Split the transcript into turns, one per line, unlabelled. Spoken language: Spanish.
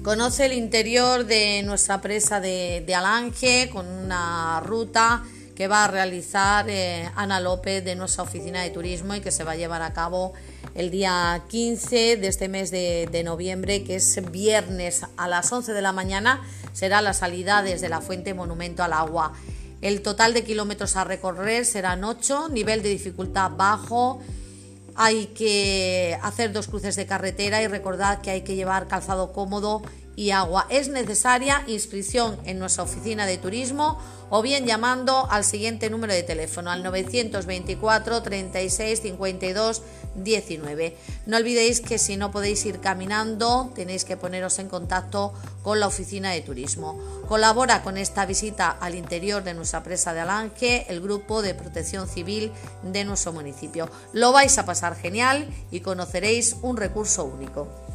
Conoce el interior de nuestra presa de Alange con una ruta que va a realizar Ana López de nuestra oficina de turismo y que se va a llevar a cabo el día 15 de este mes de noviembre, que es viernes a las 11 de la mañana, será la salida desde la Fuente Monumento al Agua. El total de kilómetros a recorrer serán 8, nivel de dificultad bajo. Hay que hacer 2 cruces de carretera y recordad que hay que llevar calzado cómodo y agua. Es necesaria inscripción en nuestra oficina de turismo o bien llamando al siguiente número de teléfono, al 924 36 52 19. No olvidéis que si no podéis ir caminando, tenéis que poneros en contacto con la oficina de turismo. Colabora con esta visita al interior de nuestra presa de Alange el grupo de protección civil de nuestro municipio. Lo vais a pasar genial y conoceréis un recurso único.